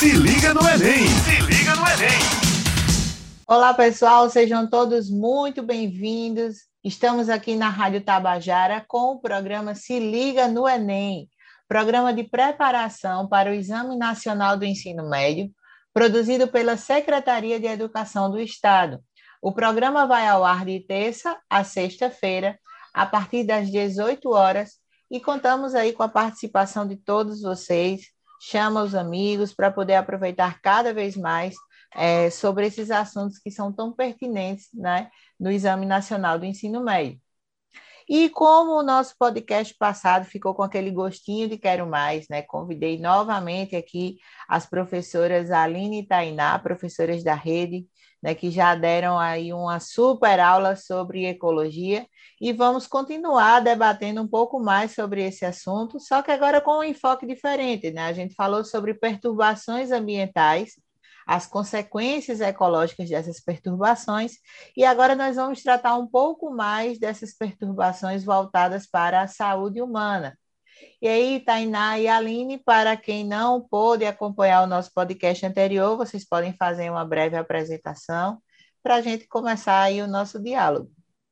Se liga no Enem! Se liga no Enem! Olá, pessoal, sejam todos muito bem-vindos. Estamos aqui na Rádio Tabajara com o programa Se Liga no Enem, programa de preparação para o Exame Nacional do Ensino Médio, produzido pela Secretaria de Educação do Estado. O programa vai ao ar de terça a sexta-feira, a partir das 18 horas, e contamos aí com a participação de todos vocês. Chama os amigos para poder aproveitar cada vez mais sobre esses assuntos que são tão pertinentes, né, no Exame Nacional do Ensino Médio. E como o nosso podcast passado ficou com aquele gostinho de quero mais, né, convidei novamente aqui as professoras Aline e Tainá, professoras da rede, né, que já deram aí uma super aula sobre ecologia, e vamos continuar debatendo um pouco mais sobre esse assunto, só que agora com um enfoque diferente, né? A gente falou sobre perturbações ambientais, as consequências ecológicas dessas perturbações, e agora nós vamos tratar um pouco mais dessas perturbações voltadas para a saúde humana. E aí, Tainá e Aline, para quem não pôde acompanhar o nosso podcast anterior, vocês podem fazer uma breve apresentação para a gente começar aí o nosso diálogo.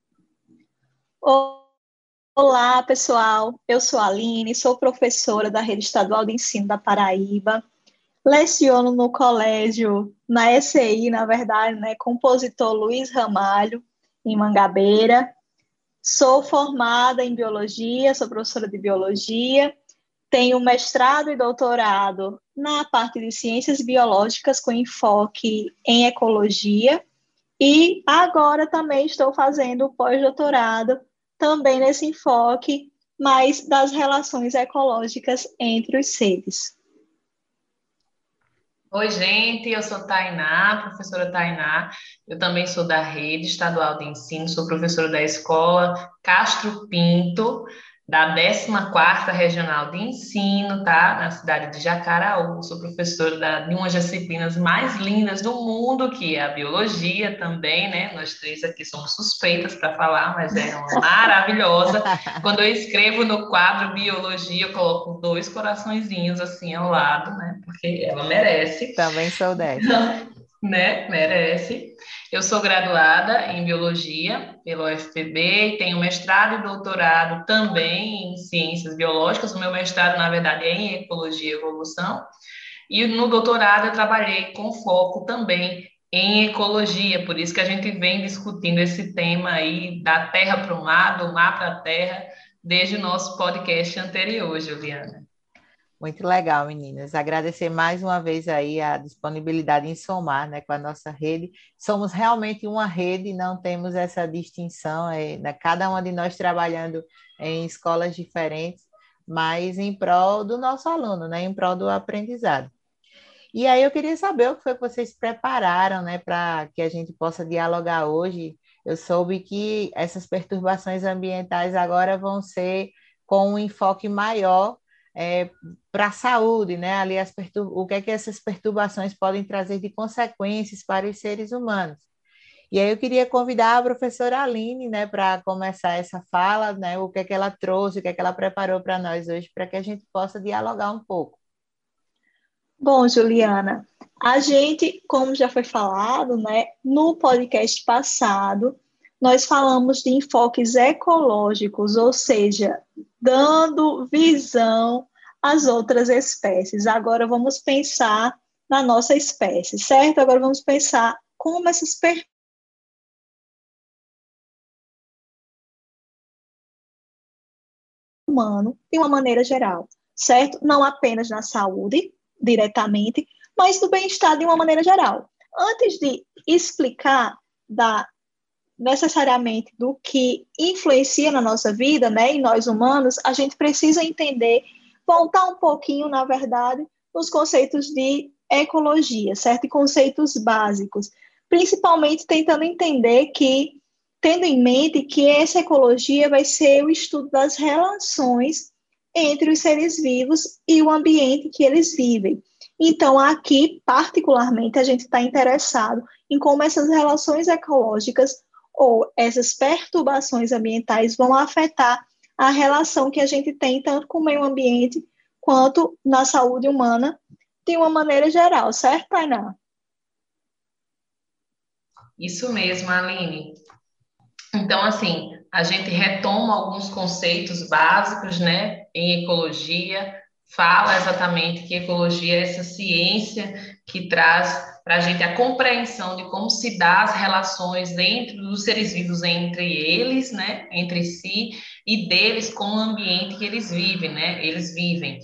Olá, pessoal. Eu sou a Aline, sou professora da Rede Estadual de Ensino da Paraíba. Leciono no colégio, na ECI, na verdade, né, Compositor Luiz Ramalho, em Mangabeira. Sou formada em biologia, sou professora de biologia, tenho mestrado e doutorado na parte de ciências biológicas com enfoque em ecologia e agora também estou fazendo o pós-doutorado também nesse enfoque, mais das relações ecológicas entre os seres. Oi, gente, eu sou Tainá, professora Tainá, eu também sou da Rede Estadual de Ensino, sou professora da Escola Castro Pinto, da 14ª Regional de Ensino, tá? Na cidade de Jacaraú, sou professora de uma das disciplinas mais lindas do mundo, que é a Biologia também, né? Nós três aqui somos suspeitas para falar, mas é uma maravilhosa. Quando eu escrevo no quadro Biologia, eu coloco 2 coraçõezinhos assim ao lado, né? Porque ela merece. Também sou dessa. Né? Merece. Eu sou graduada em Biologia pelo UFPB e tenho mestrado e doutorado também em Ciências Biológicas. O meu mestrado, na verdade, é em Ecologia e Evolução. E no doutorado eu trabalhei com foco também em ecologia, por isso que a gente vem discutindo esse tema aí da terra para o mar, do mar para a terra, desde o nosso podcast anterior, Juliana. Muito legal, meninas. Agradecer mais uma vez aí a disponibilidade em somar, né, com a nossa rede. Somos realmente uma rede, não temos essa distinção, né, cada uma de nós trabalhando em escolas diferentes, mas em prol do nosso aluno, né, em prol do aprendizado. E aí eu queria saber o que foi que vocês prepararam, né, para que a gente possa dialogar hoje. Eu soube que essas perturbações ambientais agora vão ser com um enfoque maior para a saúde, né? Ali o que é que essas perturbações podem trazer de consequências para os seres humanos. E aí eu queria convidar a professora Aline, né, para começar essa fala, né, o que é que ela trouxe, o que é que ela preparou para nós hoje, para que a gente possa dialogar um pouco. Bom, Juliana, a gente, como já foi falado, né, no podcast passado, nós falamos de enfoques ecológicos, ou seja, dando visão às outras espécies. Agora vamos pensar na nossa espécie, certo? Agora vamos pensar como essas humano de uma maneira geral, certo? Não apenas na saúde, diretamente, mas do bem-estar de uma maneira geral. Antes de explicar necessariamente do que influencia na nossa vida, né, em nós humanos, a gente precisa entender, voltar um pouquinho, na verdade, nos conceitos de ecologia, certo? E conceitos básicos, principalmente tentando entender que, tendo em mente que essa ecologia vai ser o estudo das relações entre os seres vivos e o ambiente que eles vivem. Então, aqui, particularmente, a gente está interessado em como essas relações ecológicas ou essas perturbações ambientais vão afetar a relação que a gente tem tanto com o meio ambiente quanto na saúde humana de uma maneira geral, certo, Tainá? Isso mesmo, Aline. Então, assim, a gente retoma alguns conceitos básicos, né, em ecologia, fala exatamente que ecologia é essa ciência que traz para a gente a compreensão de como se dá as relações entre os seres vivos entre eles, né, entre si, e deles com o ambiente que eles vivem, né, eles vivem.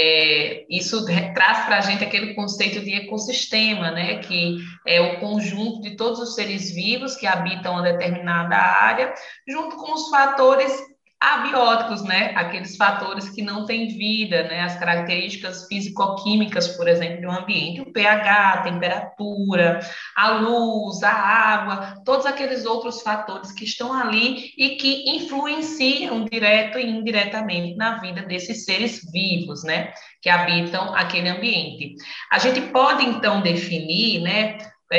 Isso traz para a gente aquele conceito de ecossistema, né, que é o conjunto de todos os seres vivos que habitam uma determinada área, junto com os fatores abióticos, né? Aqueles fatores que não têm vida, né? As características físico-químicas, por exemplo, do ambiente, o pH, a temperatura, a luz, a água, todos aqueles outros fatores que estão ali e que influenciam direto e indiretamente na vida desses seres vivos, né? Que habitam aquele ambiente. A gente pode, então, definir, né?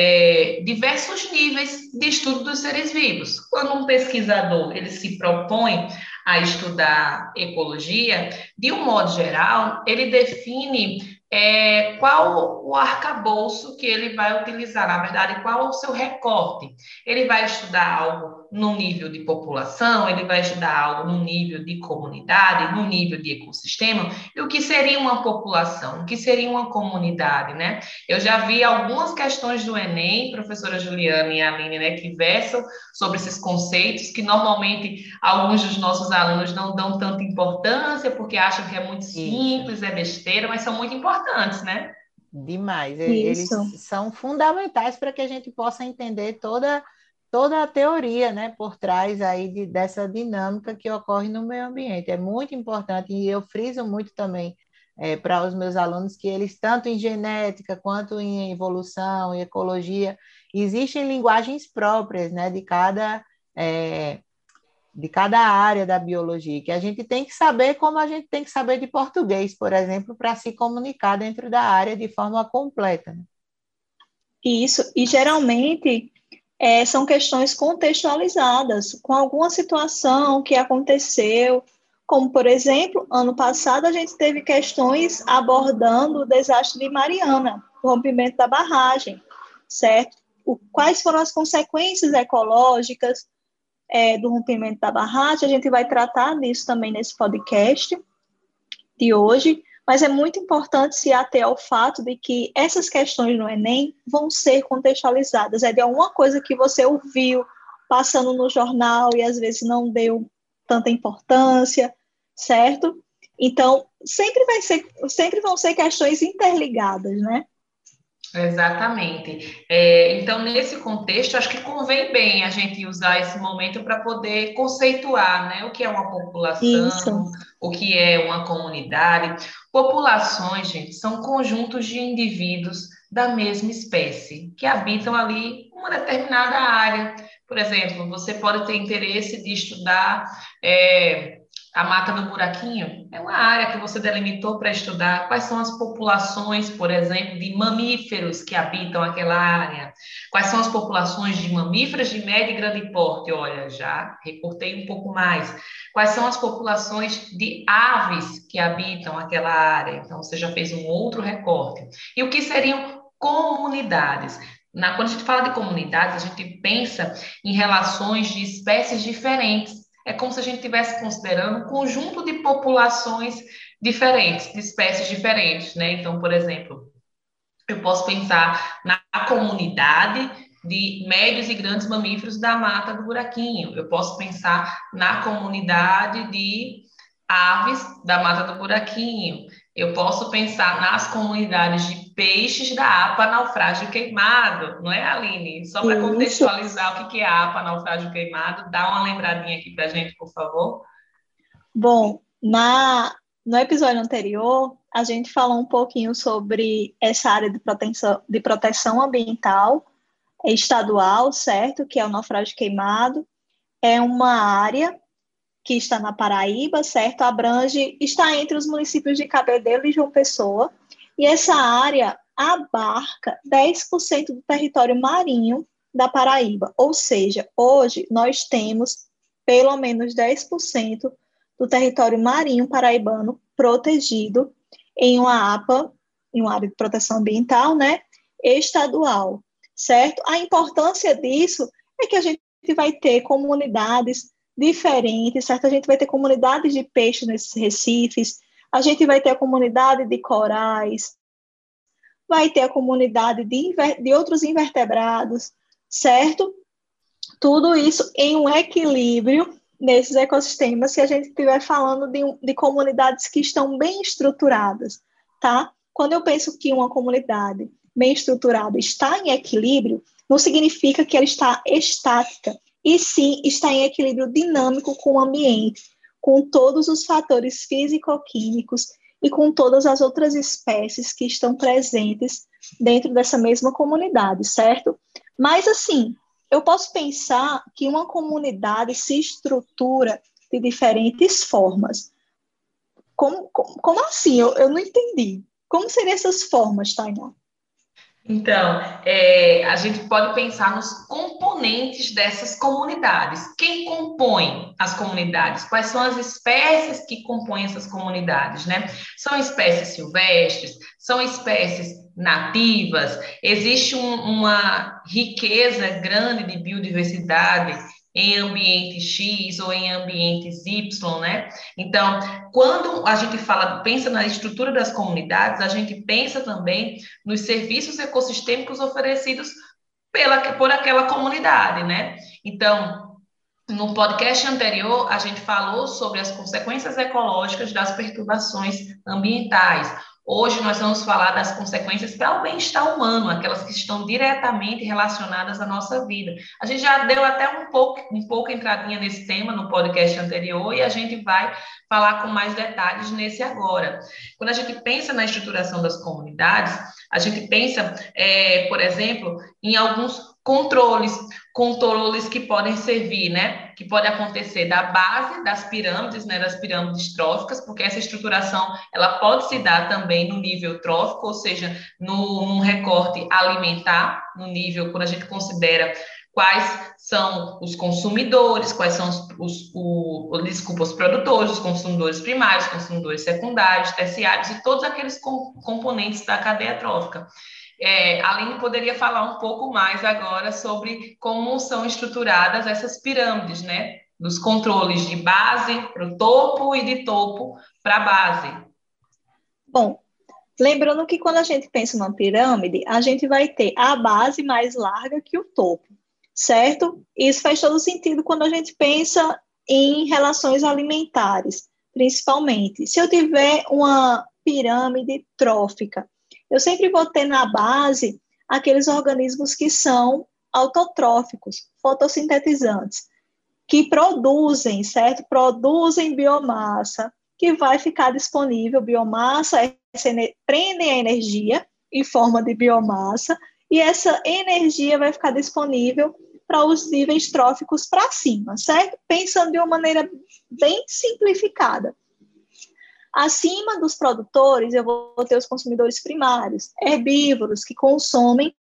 Diversos níveis de estudo dos seres vivos. Quando um pesquisador ele se propõe a estudar ecologia, de um modo geral, ele define qual o arcabouço que ele vai utilizar, na verdade, qual o seu recorte. Ele vai estudar algo no nível de população, ele vai estudar algo no nível de comunidade, no nível de ecossistema, e o que seria uma população, o que seria uma comunidade, né? Eu já vi algumas questões do Enem, professora Juliana e Aline, né, que versam sobre esses conceitos, que normalmente alguns dos nossos alunos não dão tanta importância, porque acham que é muito Isso. simples, é besteira, mas são muito importantes, né? Demais. Eles Isso. são fundamentais para que a gente possa entender toda a teoria, né, por trás aí dessa dinâmica que ocorre no meio ambiente. É muito importante, e eu friso muito também para os meus alunos que eles, tanto em genética quanto em evolução e ecologia, existem linguagens próprias, né, é, de cada área da biologia, que a gente tem que saber como a gente tem que saber de português, por exemplo, para se comunicar dentro da área de forma completa, né? Isso. E geralmente são questões contextualizadas com alguma situação que aconteceu, como, por exemplo, ano passado a gente teve questões abordando o desastre de Mariana, o rompimento da barragem, certo? Quais foram as consequências ecológicas do rompimento da barragem? A gente vai tratar disso também nesse podcast de hoje, mas é muito importante se ater ao fato de que essas questões no Enem vão ser contextualizadas. É de alguma coisa que você ouviu passando no jornal e às vezes não deu tanta importância, certo? Então, sempre vão ser questões interligadas, né? Exatamente. Então, nesse contexto, acho que convém bem a gente usar esse momento para poder conceituar, né, o que é uma Isso, população, o que é uma comunidade. Populações, gente, são conjuntos de indivíduos da mesma espécie que habitam ali uma determinada área. Por exemplo, você pode ter interesse de estudar. A Mata do Buraquinho é uma área que você delimitou para estudar quais são as populações, por exemplo, de mamíferos que habitam aquela área, quais são as populações de mamíferos de médio e grande porte, olha, já recortei um pouco mais, quais são as populações de aves que habitam aquela área, então você já fez um outro recorte, e o que seriam comunidades. Quando a gente fala de comunidades, a gente pensa em relações de espécies diferentes. É como se a gente estivesse considerando um conjunto de populações diferentes, de espécies diferentes, né? Então, por exemplo, eu posso pensar na comunidade de médios e grandes mamíferos da Mata do Buraquinho. Eu posso pensar na comunidade de aves da Mata do Buraquinho. Eu posso pensar nas comunidades de peixes da APA Naufrágio Queimado, não é, Aline? Só para isso. contextualizar o que é a APA Naufrágio Queimado, dá uma lembradinha aqui para a gente, por favor. Bom, no episódio anterior, a gente falou um pouquinho sobre essa área de proteção ambiental estadual, certo? Que é o naufrágio queimado. É uma área que está na Paraíba, certo? Está entre os municípios de Cabedelo e João Pessoa. E essa área abarca 10% do território marinho da Paraíba. Ou seja, hoje nós temos pelo menos 10% do território marinho paraibano protegido em uma APA em uma área de proteção ambiental, né, estadual, certo? A importância disso é que a gente vai ter comunidades diferentes, certo? A gente vai ter comunidades de peixes nesses recifes, a gente vai ter a comunidade de corais, vai ter a comunidade de outros invertebrados, certo? Tudo isso em um equilíbrio nesses ecossistemas, se a gente estiver falando de comunidades que estão bem estruturadas, tá? Quando eu penso que uma comunidade bem estruturada está em equilíbrio, não significa que ela está estática, e sim está em equilíbrio dinâmico com o ambiente, com todos os fatores físico-químicos e com todas as outras espécies que estão presentes dentro dessa mesma comunidade, certo? Mas, assim, eu posso pensar que uma comunidade se estrutura de diferentes formas. Como assim? Eu não entendi. Como seriam essas formas, Tainá? Então, a gente pode pensar nos componentes dessas comunidades. Quem compõe as comunidades? Quais são as espécies que compõem essas comunidades, né? São espécies silvestres? São espécies nativas? Existe uma riqueza grande de biodiversidade em ambiente X ou em ambientes Y, né? Então, quando a gente pensa na estrutura das comunidades, a gente pensa também nos serviços ecossistêmicos oferecidos por aquela comunidade, né? Então, no podcast anterior, a gente falou sobre as consequências ecológicas das perturbações ambientais. Hoje nós vamos falar das consequências para o bem-estar humano, aquelas que estão diretamente relacionadas à nossa vida. A gente já deu até um pouco entradinha nesse tema no podcast anterior e a gente vai falar com mais detalhes nesse agora. Quando a gente pensa na estruturação das comunidades, a gente pensa, por exemplo, em alguns controles que podem servir, né? Que pode acontecer da base das pirâmides, né? Das pirâmides tróficas, porque essa estruturação ela pode se dar também no nível trófico, ou seja, num recorte alimentar, no nível quando a gente considera quais são os consumidores, quais são os produtores, os consumidores primários, consumidores secundários, terciários e todos aqueles componentes da cadeia trófica. A Aline poderia falar um pouco mais agora sobre como são estruturadas essas pirâmides, né? Dos controles de base para o topo e de topo para a base. Bom, lembrando que quando a gente pensa numa pirâmide, a gente vai ter a base mais larga que o topo, certo? Isso faz todo sentido quando a gente pensa em relações alimentares, principalmente. Se eu tiver uma pirâmide trófica, eu sempre vou ter na base aqueles organismos que são autotróficos, fotossintetizantes, que produzem, certo? Produzem biomassa, que vai ficar disponível, biomassa, prendem a energia em forma de biomassa, e essa energia vai ficar disponível para os níveis tróficos para cima, certo? Pensando de uma maneira bem simplificada. Acima dos produtores, eu vou ter os consumidores primários, herbívoros, que consomem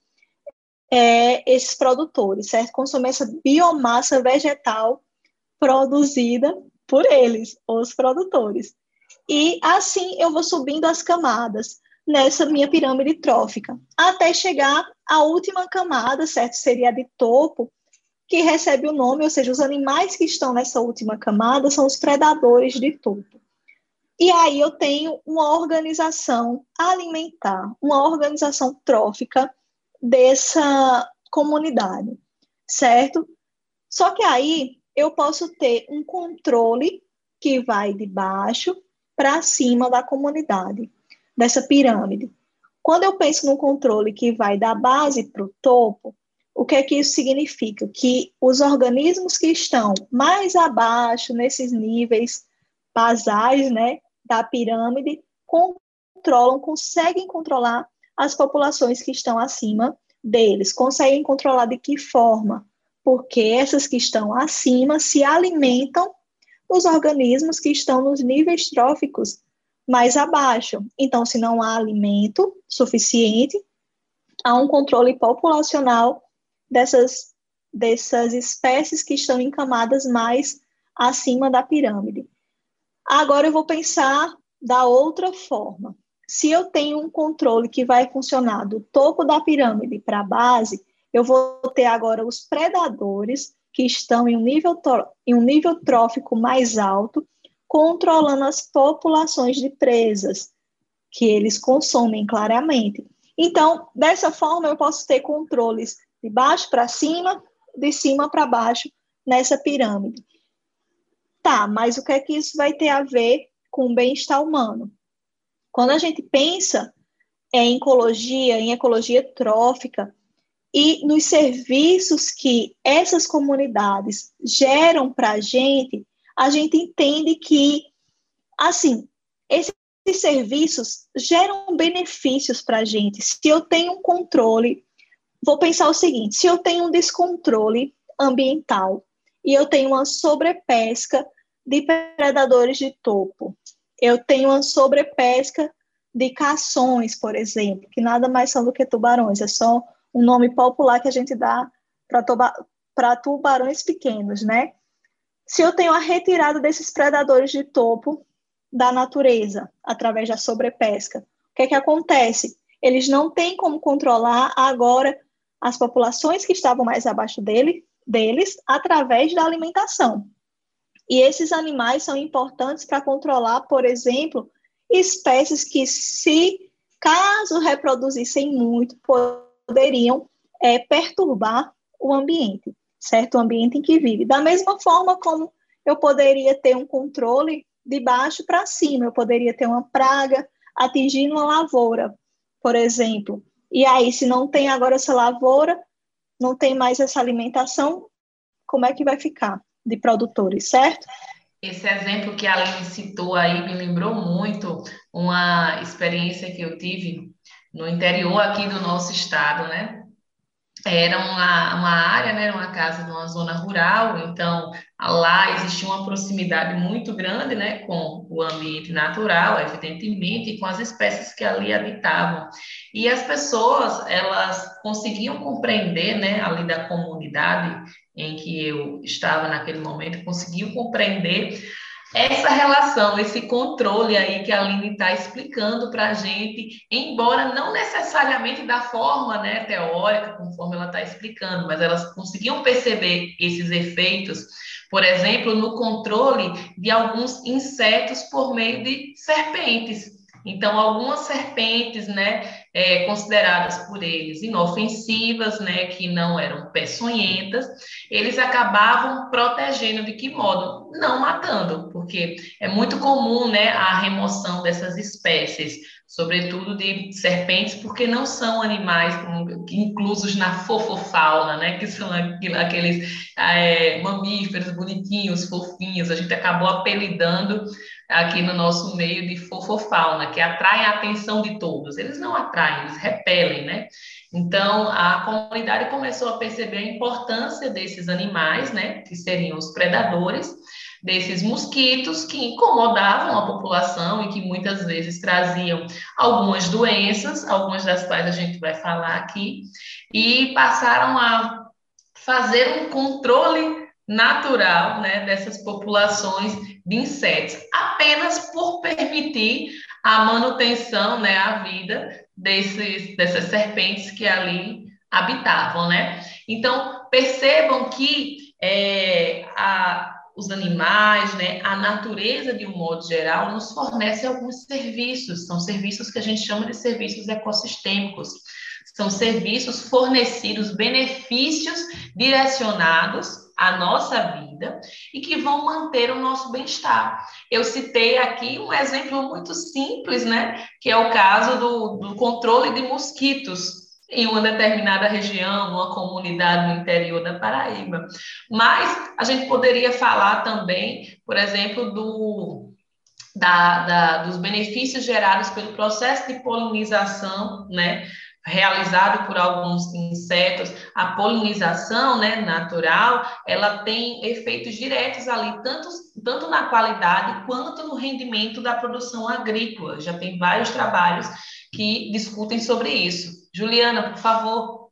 esses produtores, certo? Consomem essa biomassa vegetal produzida por eles, os produtores. E assim eu vou subindo as camadas nessa minha pirâmide trófica, até chegar à última camada, certo? Seria a de topo, que recebe o nome, ou seja, os animais que estão nessa última camada são os predadores de topo. E aí eu tenho uma organização alimentar, uma organização trófica dessa comunidade, certo? Só que aí eu posso ter um controle que vai de baixo para cima da comunidade, dessa pirâmide. Quando eu penso num controle que vai da base para o topo, o que é que isso significa? Que os organismos que estão mais abaixo, nesses níveis basais, né, da pirâmide, conseguem controlar as populações que estão acima deles. Conseguem controlar de que forma? Porque essas que estão acima se alimentam dos organismos que estão nos níveis tróficos mais abaixo. Então, se não há alimento suficiente, há um controle populacional dessas espécies que estão em camadas mais acima da pirâmide. Agora eu vou pensar da outra forma. se eu tenho um controle que vai funcionar do topo da pirâmide para a base, eu vou ter agora os predadores que estão em um nível trófico mais alto, controlando as populações de presas que eles consomem claramente. Então, dessa forma, eu posso ter controles de baixo para cima, de cima para baixo nessa pirâmide. Tá, mas o que é que isso vai ter a ver com o bem-estar humano? Quando a gente pensa em ecologia trófica e nos serviços que essas comunidades geram para a gente entende que, assim, esses serviços geram benefícios para a gente. Se eu tenho um controle, vou pensar o seguinte, se eu tenho um descontrole ambiental e eu tenho uma sobrepesca de predadores de topo, eu tenho uma sobrepesca de cações, por exemplo, que nada mais são do que tubarões, é só um nome popular que a gente dá para tubarões pequenos, né? Se eu tenho a retirada desses predadores de topo da natureza, através da sobrepesca, o que é que acontece? Eles não têm como controlar agora as populações que estavam mais abaixo deles através da alimentação. E esses animais são importantes para controlar, por exemplo, espécies que, se caso reproduzissem muito, poderiam perturbar o ambiente, certo? O ambiente em que vive. Da mesma forma como eu poderia ter um controle de baixo para cima, eu poderia ter uma praga atingindo uma lavoura, por exemplo. E aí, se não tem agora essa lavoura, não tem mais essa alimentação, como é que vai ficar de produtores, certo? Esse exemplo que a Aline citou aí me lembrou muito uma experiência que eu tive no interior aqui do nosso estado, né? Era uma área, né, uma casa numa zona rural, então lá existia uma proximidade muito grande, né, com o ambiente natural, evidentemente, e com as espécies que ali habitavam. E as pessoas, elas conseguiam compreender, né, ali da comunidade em que eu estava naquele momento, conseguiam compreender essa relação, esse controle aí que a Aline está explicando para a gente, embora não necessariamente da forma, né, teórica, conforme ela está explicando, mas elas conseguiam perceber esses efeitos, por exemplo, no controle de alguns insetos por meio de serpentes. Então, algumas serpentes, né, consideradas por eles inofensivas, né, que não eram peçonhentas, eles acabavam protegendo de que modo? Não matando, porque é muito comum, né, a remoção dessas espécies, sobretudo de serpentes, porque não são animais inclusos na fofofauna, né, que são aqueles mamíferos bonitinhos, fofinhos, a gente acabou apelidando aqui no nosso meio de fofofauna, que atraem a atenção de todos. Eles não atraem, eles repelem, né? Então, a comunidade começou a perceber a importância desses animais, né, que seriam os predadores, desses mosquitos que incomodavam a população e que muitas vezes traziam algumas doenças, algumas das quais a gente vai falar aqui, e passaram a fazer um controle natural, né, dessas populações de insetos, apenas por permitir a manutenção, né, a vida dessas serpentes que ali habitavam, né? Então, percebam que os animais, né, a natureza, de um modo geral, nos fornece alguns serviços, são serviços que a gente chama de serviços ecossistêmicos, são serviços fornecidos, benefícios direcionados à nossa vida e que vão manter o nosso bem-estar. Eu citei aqui um exemplo muito simples, né, que é o caso do controle de mosquitos em uma determinada região, numa comunidade no interior da Paraíba. Mas a gente poderia falar também, por exemplo, dos benefícios gerados pelo processo de polinização, né, realizado por alguns insetos. A polinização, né, natural, ela tem efeitos diretos ali, tanto na qualidade quanto no rendimento da produção agrícola. Já tem vários trabalhos que discutem sobre isso. Juliana, por favor.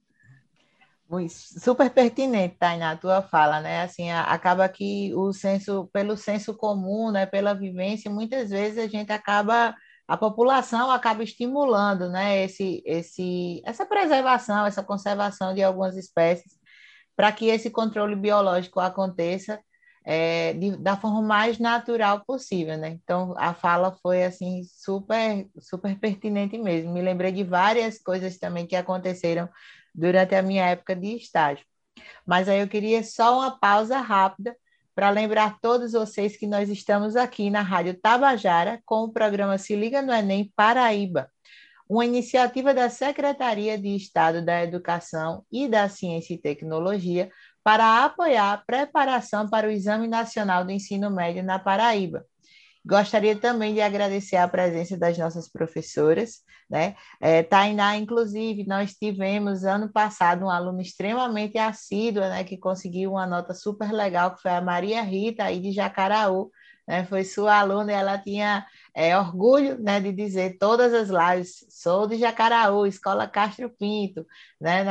Super pertinente, Tainá, a tua fala, né? Assim, acaba que pelo senso comum, né, pela vivência, muitas vezes a gente acaba a população acaba estimulando, né, essa preservação, essa conservação de algumas espécies, para que esse controle biológico aconteça da forma mais natural possível, né? Então, a fala foi, assim, super, super pertinente mesmo. Me lembrei de várias coisas também que aconteceram durante a minha época de estágio. Mas aí eu queria só uma pausa rápida para lembrar todos vocês que nós estamos aqui na Rádio Tabajara com o programa Se Liga no Enem Paraíba, uma iniciativa da Secretaria de Estado da Educação e da Ciência e Tecnologia para apoiar a preparação para o Exame Nacional do Ensino Médio na Paraíba. Gostaria também de agradecer a presença das nossas professoras, né? Tainá, inclusive, nós tivemos ano passado um aluno extremamente assíduo, né, que conseguiu uma nota super legal, que foi a Maria Rita, aí de Jacaraú, né? Foi sua aluna e ela tinha orgulho, né, de dizer todas as lives, sou de Jacaraú, Escola Castro Pinto, né,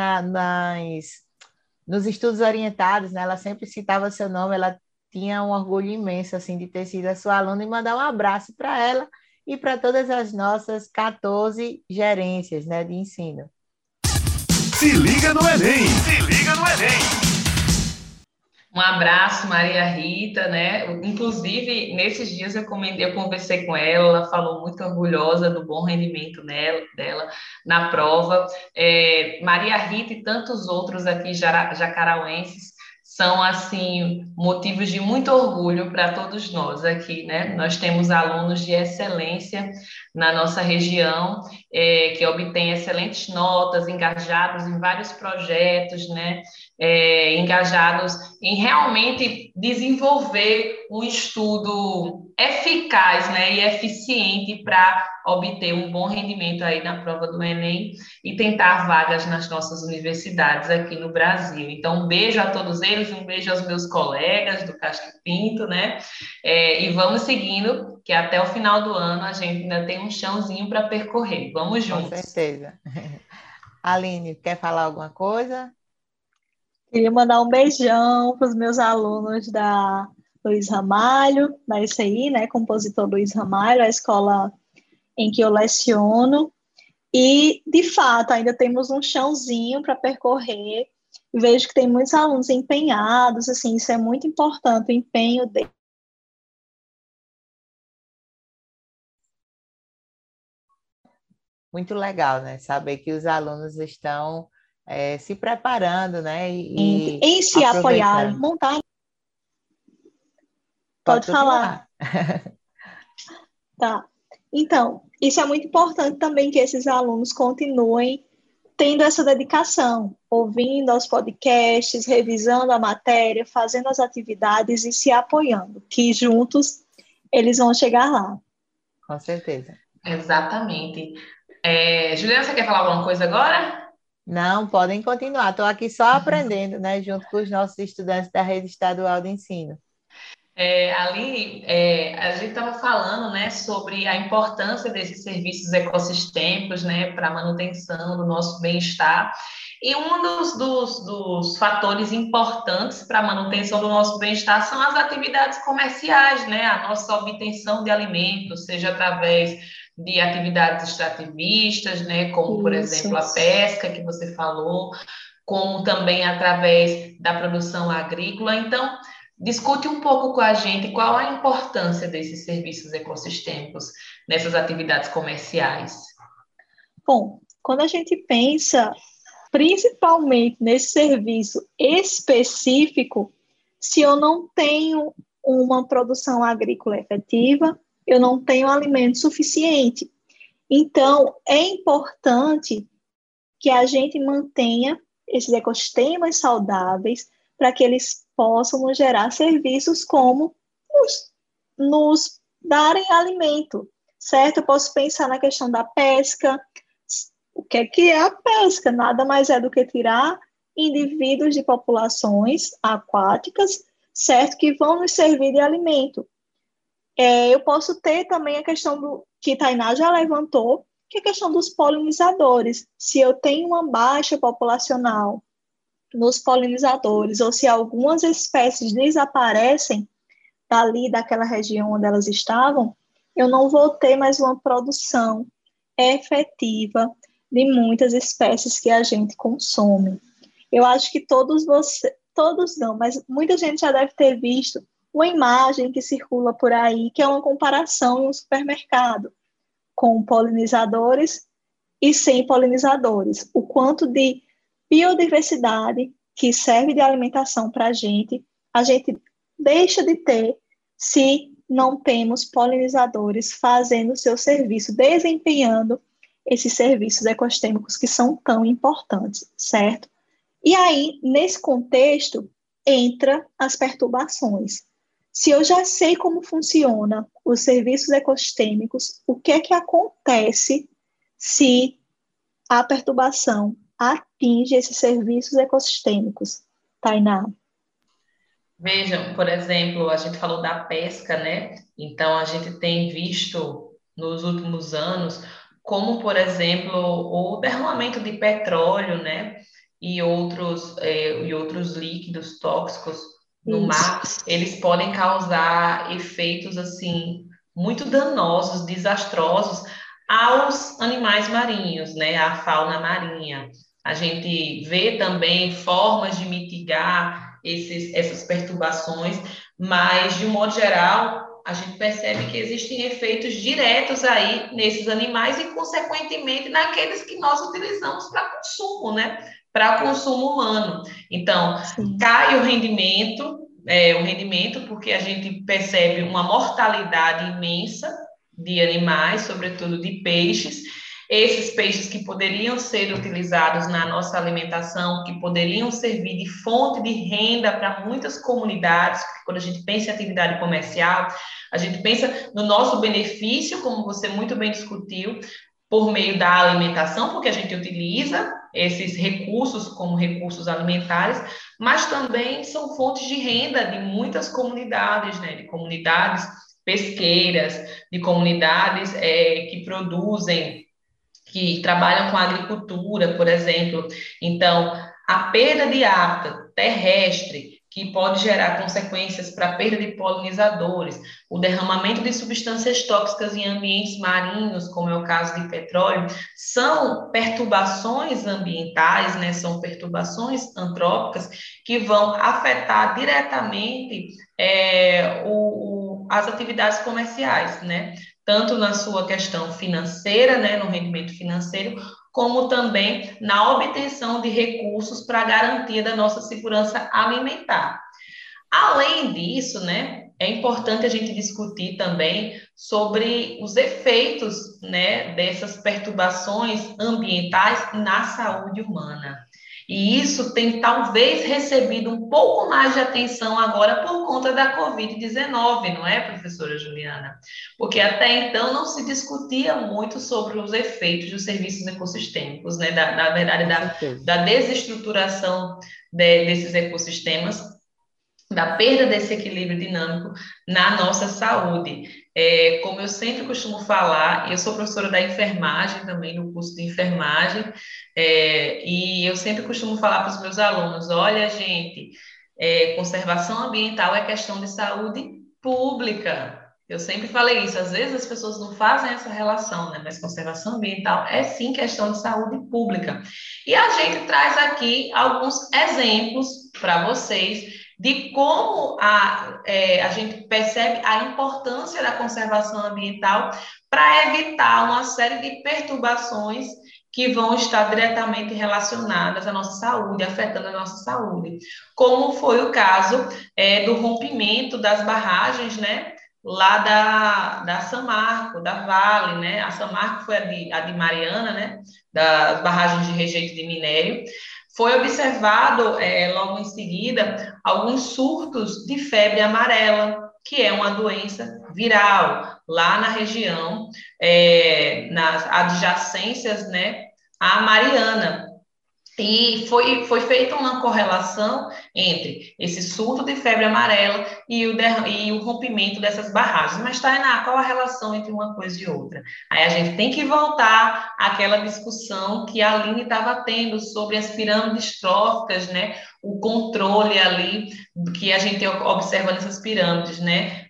nos estudos orientados, né, ela sempre citava seu nome, ela tinha um orgulho imenso assim de ter sido a sua aluna e mandar um abraço para ela e para todas as nossas 14 gerências, né, de ensino. Se liga no Enem! Se liga no Enem! Um abraço, Maria Rita, né? Inclusive, nesses dias eu conversei com ela falou muito orgulhosa do bom rendimento dela na prova. Maria Rita e tantos outros aqui jacarauenses são, assim, motivos de muito orgulho para todos nós aqui, né? Nós temos alunos de excelência na nossa região, que obtêm excelentes notas, engajados em vários projetos, né? Engajados em realmente desenvolver um estudo eficaz, né, e eficiente para obter um bom rendimento aí na prova do Enem e tentar vagas nas nossas universidades aqui no Brasil. Então, um beijo a todos eles, um beijo aos meus colegas do Castro Pinto, né? E vamos seguindo, que até o final do ano a gente ainda tem um chãozinho para percorrer. Vamos juntos. Com certeza. Aline, quer falar alguma coisa? Queria mandar um beijão para os meus alunos da Luiz Ramalho, da ICI, né, compositor Luiz Ramalho, a escola em que eu leciono. E, de fato, ainda temos um chãozinho para percorrer. Vejo que tem muitos alunos empenhados, assim, isso é muito importante, o empenho deles. Muito legal, né? Saber que os alunos estão se preparando, né? Em se apoiar, montar. Pode falar. Tá. Então, isso é muito importante também que esses alunos continuem tendo essa dedicação, ouvindo aos podcasts, revisando a matéria, fazendo as atividades e se apoiando, que juntos eles vão chegar lá. Com certeza. Exatamente. Juliana, você quer falar alguma coisa agora? Não, podem continuar. Estou aqui só aprendendo, né? Junto com os nossos estudantes da Rede Estadual de Ensino. Ali, a gente estava falando, né, sobre a importância desses serviços ecossistêmicos, né, para a manutenção do nosso bem-estar. E um dos fatores importantes para a manutenção do nosso bem-estar são as atividades comerciais, né, a nossa obtenção de alimentos, seja através de atividades extrativistas, né, como, por exemplo, a pesca, que você falou, como também através da produção agrícola. Então, discute um pouco com a gente qual a importância desses serviços ecossistêmicos nessas atividades comerciais. Bom, quando a gente pensa principalmente nesse serviço específico, se eu não tenho uma produção agrícola efetiva, eu não tenho alimento suficiente. Então, é importante que a gente mantenha esses ecossistemas saudáveis para que eles possam nos gerar serviços como nos darem alimento, certo? Eu posso pensar na questão da pesca. O que é a pesca? Nada mais é do que tirar indivíduos de populações aquáticas, certo? Que vão nos servir de alimento. Eu posso ter também a questão que Tainá já levantou, que é a questão dos polinizadores. Se eu tenho uma baixa populacional nos polinizadores, ou se algumas espécies desaparecem dali, daquela região onde elas estavam, eu não vou ter mais uma produção efetiva de muitas espécies que a gente consome. Eu acho que todos não, mas muita gente já deve ter visto uma imagem que circula por aí, que é uma comparação em um supermercado com polinizadores e sem polinizadores. O quanto de biodiversidade que serve de alimentação para a gente deixa de ter se não temos polinizadores fazendo o seu serviço, desempenhando esses serviços ecossistêmicos que são tão importantes, certo? E aí, nesse contexto, entra as perturbações. Se eu já sei como funciona os serviços ecossistêmicos, o que é que acontece se a perturbação atinge esses serviços ecossistêmicos, Tainá? Vejam, por exemplo, a gente falou da pesca, né? Então, a gente tem visto nos últimos anos como, por exemplo, o derramamento de petróleo, né? E outros líquidos tóxicos no Isso. mar, eles podem causar efeitos, assim, muito danosos, desastrosos aos animais marinhos, né? À fauna marinha. A gente vê também formas de mitigar essas perturbações, mas, de um modo geral, a gente percebe que existem efeitos diretos aí nesses animais e, consequentemente, naqueles que nós utilizamos para consumo, né? Para consumo humano. Então, Sim. cai o rendimento, porque a gente percebe uma mortalidade imensa de animais, sobretudo de peixes. Esses peixes que poderiam ser utilizados na nossa alimentação, que poderiam servir de fonte de renda para muitas comunidades, porque quando a gente pensa em atividade comercial, a gente pensa no nosso benefício, como você muito bem discutiu, por meio da alimentação, porque a gente utiliza esses recursos como recursos alimentares, mas também são fontes de renda de muitas comunidades, né? De comunidades pesqueiras, de comunidades que produzem, que trabalham com agricultura, por exemplo. Então, a perda de hábitat terrestre, que pode gerar consequências para a perda de polinizadores, o derramamento de substâncias tóxicas em ambientes marinhos, como é o caso de petróleo, são perturbações ambientais, né? São perturbações antrópicas que vão afetar diretamente as atividades comerciais, né? Tanto na sua questão financeira, né, no rendimento financeiro, como também na obtenção de recursos para a garantia da nossa segurança alimentar. Além disso, né, é importante a gente discutir também sobre os efeitos, né, dessas perturbações ambientais na saúde humana. E isso tem talvez recebido um pouco mais de atenção agora por conta da Covid-19, não é, professora Juliana? Porque até então não se discutia muito sobre os efeitos dos serviços ecossistêmicos, né? Na verdade, da desestruturação desses ecossistemas, da perda desse equilíbrio dinâmico na nossa saúde. Como eu sempre costumo falar, eu sou professora da enfermagem também, no curso de enfermagem, e eu sempre costumo falar para os meus alunos, olha, gente, conservação ambiental é questão de saúde pública. Eu sempre falei isso, às vezes as pessoas não fazem essa relação, né? Mas conservação ambiental é sim questão de saúde pública. E a gente traz aqui alguns exemplos para vocês de como a gente percebe a importância da conservação ambiental para evitar uma série de perturbações que vão estar diretamente relacionadas à nossa saúde, afetando a nossa saúde. Como foi o caso do rompimento das barragens, né? Lá da Samarco, da Vale, né? A Samarco foi a de Mariana, né? Das barragens de rejeito de minério. Foi observado, logo em seguida, alguns surtos de febre amarela, que é uma doença viral, lá na região, nas adjacências, né, à Mariana. E foi feita uma correlação entre esse surto de febre amarela e o rompimento dessas barragens. Mas, Tainá, qual a relação entre uma coisa e outra? Aí a gente tem que voltar àquela discussão que a Aline estava tendo sobre as pirâmides tróficas, né? O controle ali que a gente observa nessas pirâmides, né?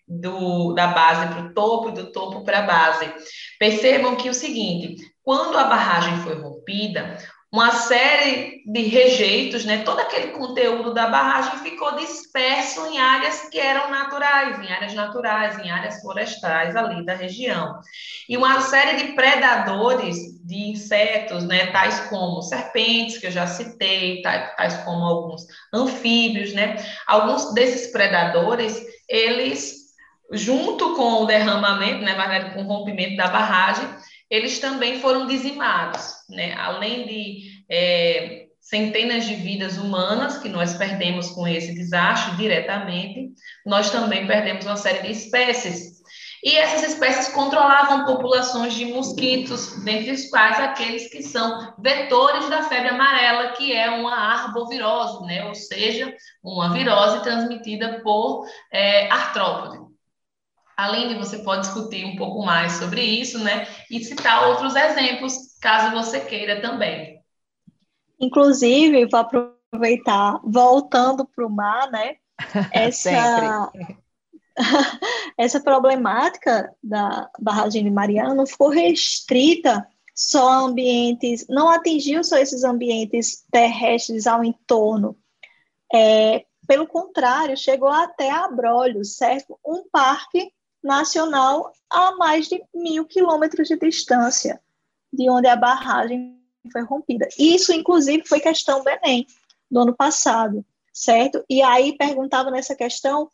da base para o topo e do topo para a base. Percebam que é o seguinte, quando a barragem foi rompida, uma série de rejeitos, né, todo aquele conteúdo da barragem ficou disperso em áreas que eram naturais, em áreas florestais ali da região. E uma série de predadores de insetos, né, tais como serpentes, que eu já citei, tais como alguns anfíbios, né, alguns desses predadores, eles, junto com o derramamento, né, com o rompimento da barragem, eles também foram dizimados, né? Além de centenas de vidas humanas que nós perdemos com esse desastre diretamente, nós também perdemos uma série de espécies. E essas espécies controlavam populações de mosquitos, dentre os quais aqueles que são vetores da febre amarela, que é uma arbovirose, né? Ou seja, uma virose transmitida por artrópode. Além de você pode discutir um pouco mais sobre isso, né? E citar outros exemplos, caso você queira também. Inclusive, vou aproveitar, voltando para o mar, né? Essa problemática da barragem de Mariana não ficou restrita só a ambientes, não atingiu só esses ambientes terrestres ao entorno. Pelo contrário, chegou até Abrolhos, certo? Um parque nacional a mais de 1.000 quilômetros de distância de onde a barragem foi rompida. Isso, inclusive, foi questão do Enem, do ano passado, certo? E aí perguntava nessa questão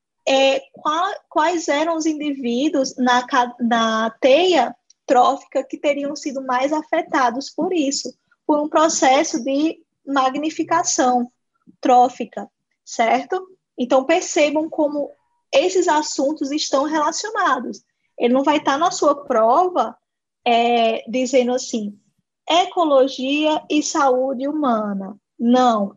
quais eram os indivíduos na teia trófica que teriam sido mais afetados por isso, por um processo de magnificação trófica, certo? Então, percebam como esses assuntos estão relacionados. Ele não vai estar na sua prova dizendo assim, ecologia e saúde humana. Não,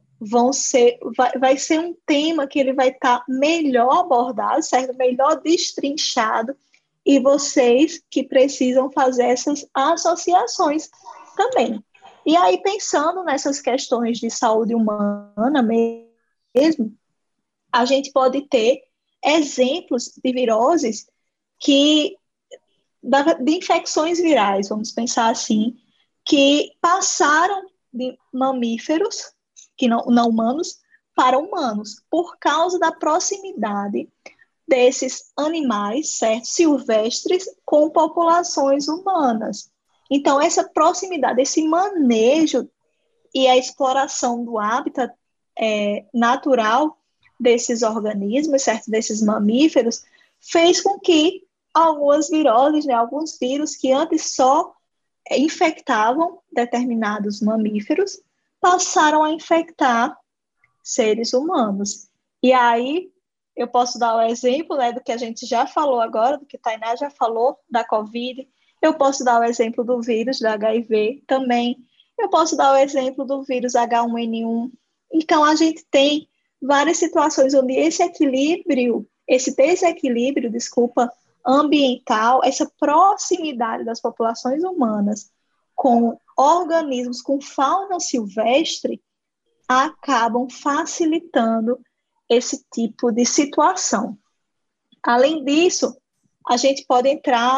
vai ser um tema que ele vai estar melhor abordado, certo? Melhor destrinchado, e vocês que precisam fazer essas associações também. E aí, pensando nessas questões de saúde humana mesmo, a gente pode ter exemplos de viroses de infecções virais, vamos pensar assim, que passaram de mamíferos, que não humanos, para humanos, por causa da proximidade desses animais, certo, silvestres, com populações humanas. Então, essa proximidade, esse manejo e a exploração do hábitat natural desses organismos, certo, desses mamíferos, fez com que algumas viroses, né, alguns vírus que antes só infectavam determinados mamíferos, passaram a infectar seres humanos. E aí, eu posso dar o exemplo, né, do que a gente já falou agora, do que Tainá já falou, da Covid. Eu posso dar o exemplo do vírus da HIV também. Eu posso dar o exemplo do vírus H1N1. Então, a gente tem várias situações onde esse desequilíbrio, ambiental, essa proximidade das populações humanas com organismos, com fauna silvestre, acabam facilitando esse tipo de situação. Além disso, a gente pode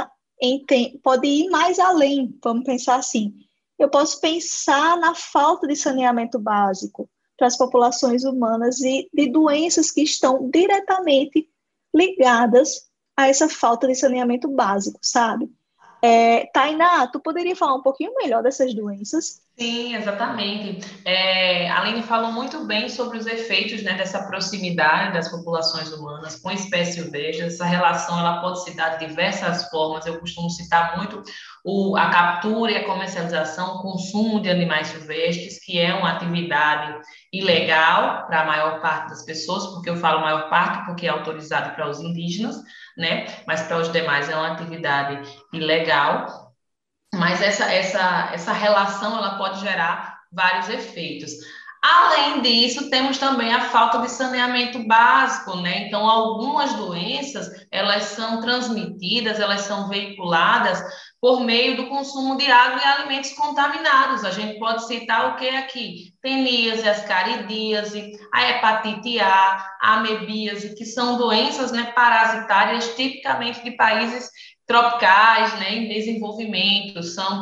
pode ir mais além, vamos pensar assim, eu posso pensar na falta de saneamento básico para as populações humanas e de doenças que estão diretamente ligadas a essa falta de saneamento básico, sabe? Tainá, tu poderia falar um pouquinho melhor dessas doenças? Sim, exatamente. A Aline falou muito bem sobre os efeitos, né, dessa proximidade das populações humanas com espécies silvestres. Essa relação ela pode se dar de diversas formas. Eu costumo citar muito a captura e a comercialização, o consumo de animais silvestres, que é uma atividade ilegal para a maior parte das pessoas, porque eu falo maior parte porque é autorizado para os indígenas, né? Mas para os demais é uma atividade ilegal. Mas essa relação ela pode gerar vários efeitos. Além disso, temos também a falta de saneamento básico, né? Então, algumas doenças, elas são transmitidas, elas são veiculadas por meio do consumo de água e alimentos contaminados. A gente pode citar o que aqui? Teníase, ascaridíase, a hepatite a amebíase, que são doenças, né, parasitárias tipicamente de países tropicais, né, em desenvolvimento, são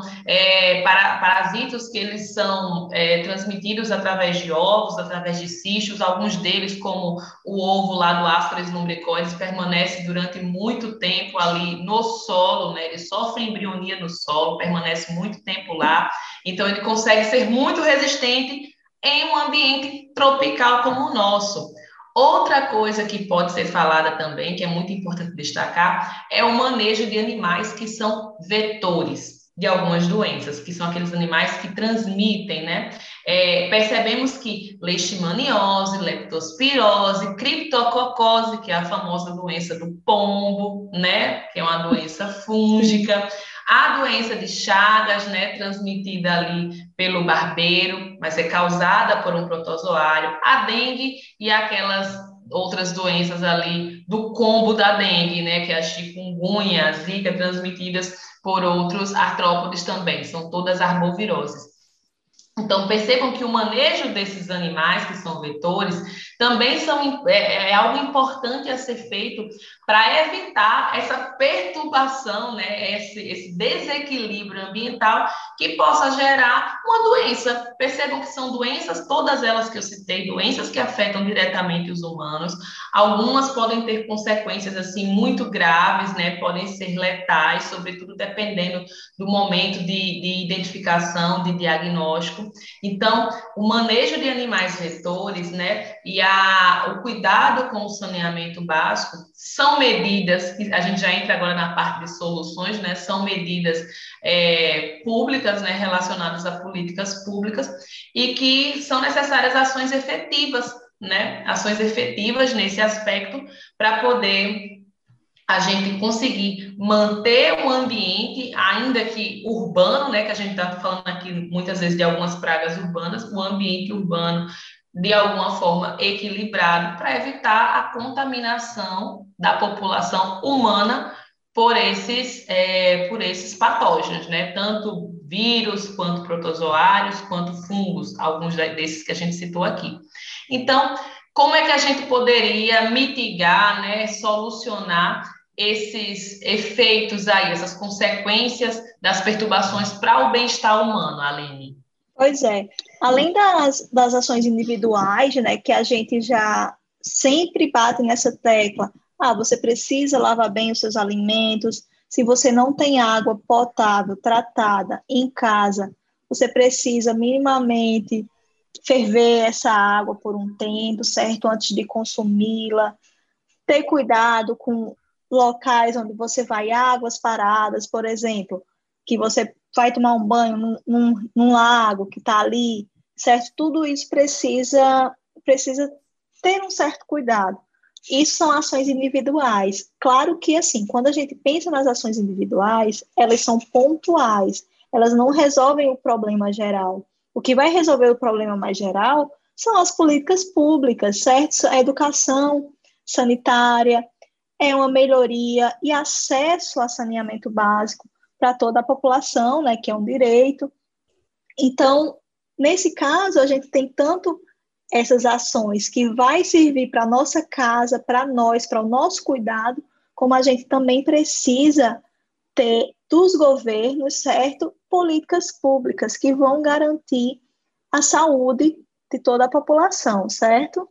parasitos que eles são transmitidos através de ovos, através de cistos, alguns deles, como o ovo lá do Ascaris lumbricoides, permanece durante muito tempo ali no solo, né, ele sofre embrionia no solo, permanece muito tempo lá, então ele consegue ser muito resistente em um ambiente tropical como o nosso. Outra coisa que pode ser falada também, que é muito importante destacar, é o manejo de animais que são vetores de algumas doenças, que são aqueles animais que transmitem, né? Percebemos que leishmaniose, leptospirose, criptococose, que é a famosa doença do pombo, né? Que é uma doença fúngica, a doença de Chagas, né? Transmitida ali pelo barbeiro, mas é causada por um protozoário, a dengue e aquelas outras doenças ali do combo da dengue, né, que é a chikungunya, a zika, transmitidas por outros artrópodes também, são todas arboviroses. Então, percebam que o manejo desses animais, que são vetores, também é algo importante a ser feito para evitar essa perturbação, né, esse desequilíbrio ambiental que possa gerar uma doença. Percebam que são doenças, todas elas que eu citei, doenças que afetam diretamente os humanos. Algumas podem ter consequências assim muito graves, né, podem ser letais, sobretudo dependendo do momento de identificação, de diagnóstico. Então, o manejo de animais vetores, né, e o cuidado com o saneamento básico são medidas, que a gente já entra agora na parte de soluções, né, são medidas públicas, né, relacionadas a políticas públicas e que são necessárias ações efetivas, né, ações efetivas nesse aspecto para poder a gente conseguir manter o ambiente, ainda que urbano, né, que a gente está falando aqui muitas vezes de algumas pragas urbanas, o ambiente urbano de alguma forma equilibrado para evitar a contaminação da população humana por esses patógenos, né, tanto vírus, quanto protozoários, quanto fungos, alguns desses que a gente citou aqui. Então, como é que a gente poderia mitigar, né, solucionar esses efeitos aí, essas consequências das perturbações para o bem-estar humano, Aline? Pois é. Além das ações individuais, né, que a gente já sempre bate nessa tecla, você precisa lavar bem os seus alimentos, se você não tem água potável, tratada em casa, você precisa minimamente ferver essa água por um tempo, certo? Antes de consumi-la. Ter cuidado com locais onde você vai, águas paradas, por exemplo, que você vai tomar um banho num lago que está ali, certo? Tudo isso precisa ter um certo cuidado. Isso são ações individuais. Claro que, assim, quando a gente pensa nas ações individuais, elas são pontuais, elas não resolvem o problema geral. O que vai resolver o problema mais geral são as políticas públicas, certo? A educação sanitária, é uma melhoria e acesso a saneamento básico para toda a população, né, que é um direito. Então, nesse caso, a gente tem tanto essas ações que vai servir para a nossa casa, para nós, para o nosso cuidado, como a gente também precisa ter dos governos, certo, políticas públicas que vão garantir a saúde de toda a população, certo?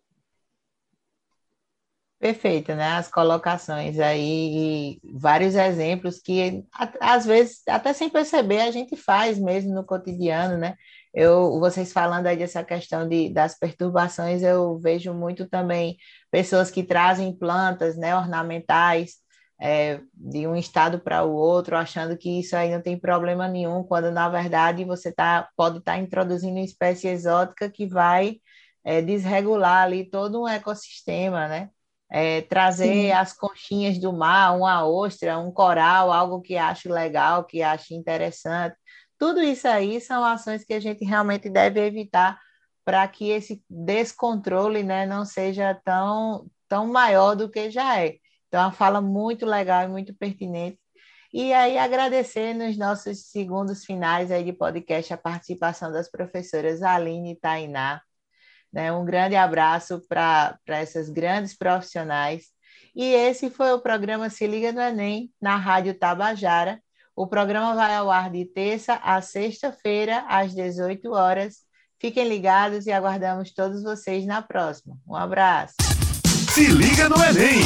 Perfeito, né? As colocações aí, e vários exemplos que, às vezes, até sem perceber, a gente faz mesmo no cotidiano, né? Vocês falando aí dessa questão das perturbações, eu vejo muito também pessoas que trazem plantas, né, ornamentais, de um estado para o outro, achando que isso aí não tem problema nenhum, quando, na verdade, você pode estar introduzindo uma espécie exótica que vai, desregular ali todo um ecossistema, né? Trazer Sim. as conchinhas do mar, uma ostra, um coral, algo que acho legal, que acho interessante. Tudo isso aí são ações que a gente realmente deve evitar para que esse descontrole, né, não seja tão maior do que já é. Então, é uma fala muito legal e muito pertinente. E aí agradecer nos nossos segundos finais aí de podcast a participação das professoras Aline e Tainá, né? Um grande abraço para essas grandes profissionais. E esse foi o programa Se Liga no Enem, na Rádio Tabajara. O programa vai ao ar de terça a sexta-feira, às 18 horas. Fiquem ligados e aguardamos todos vocês na próxima. Um abraço. Se liga no Enem!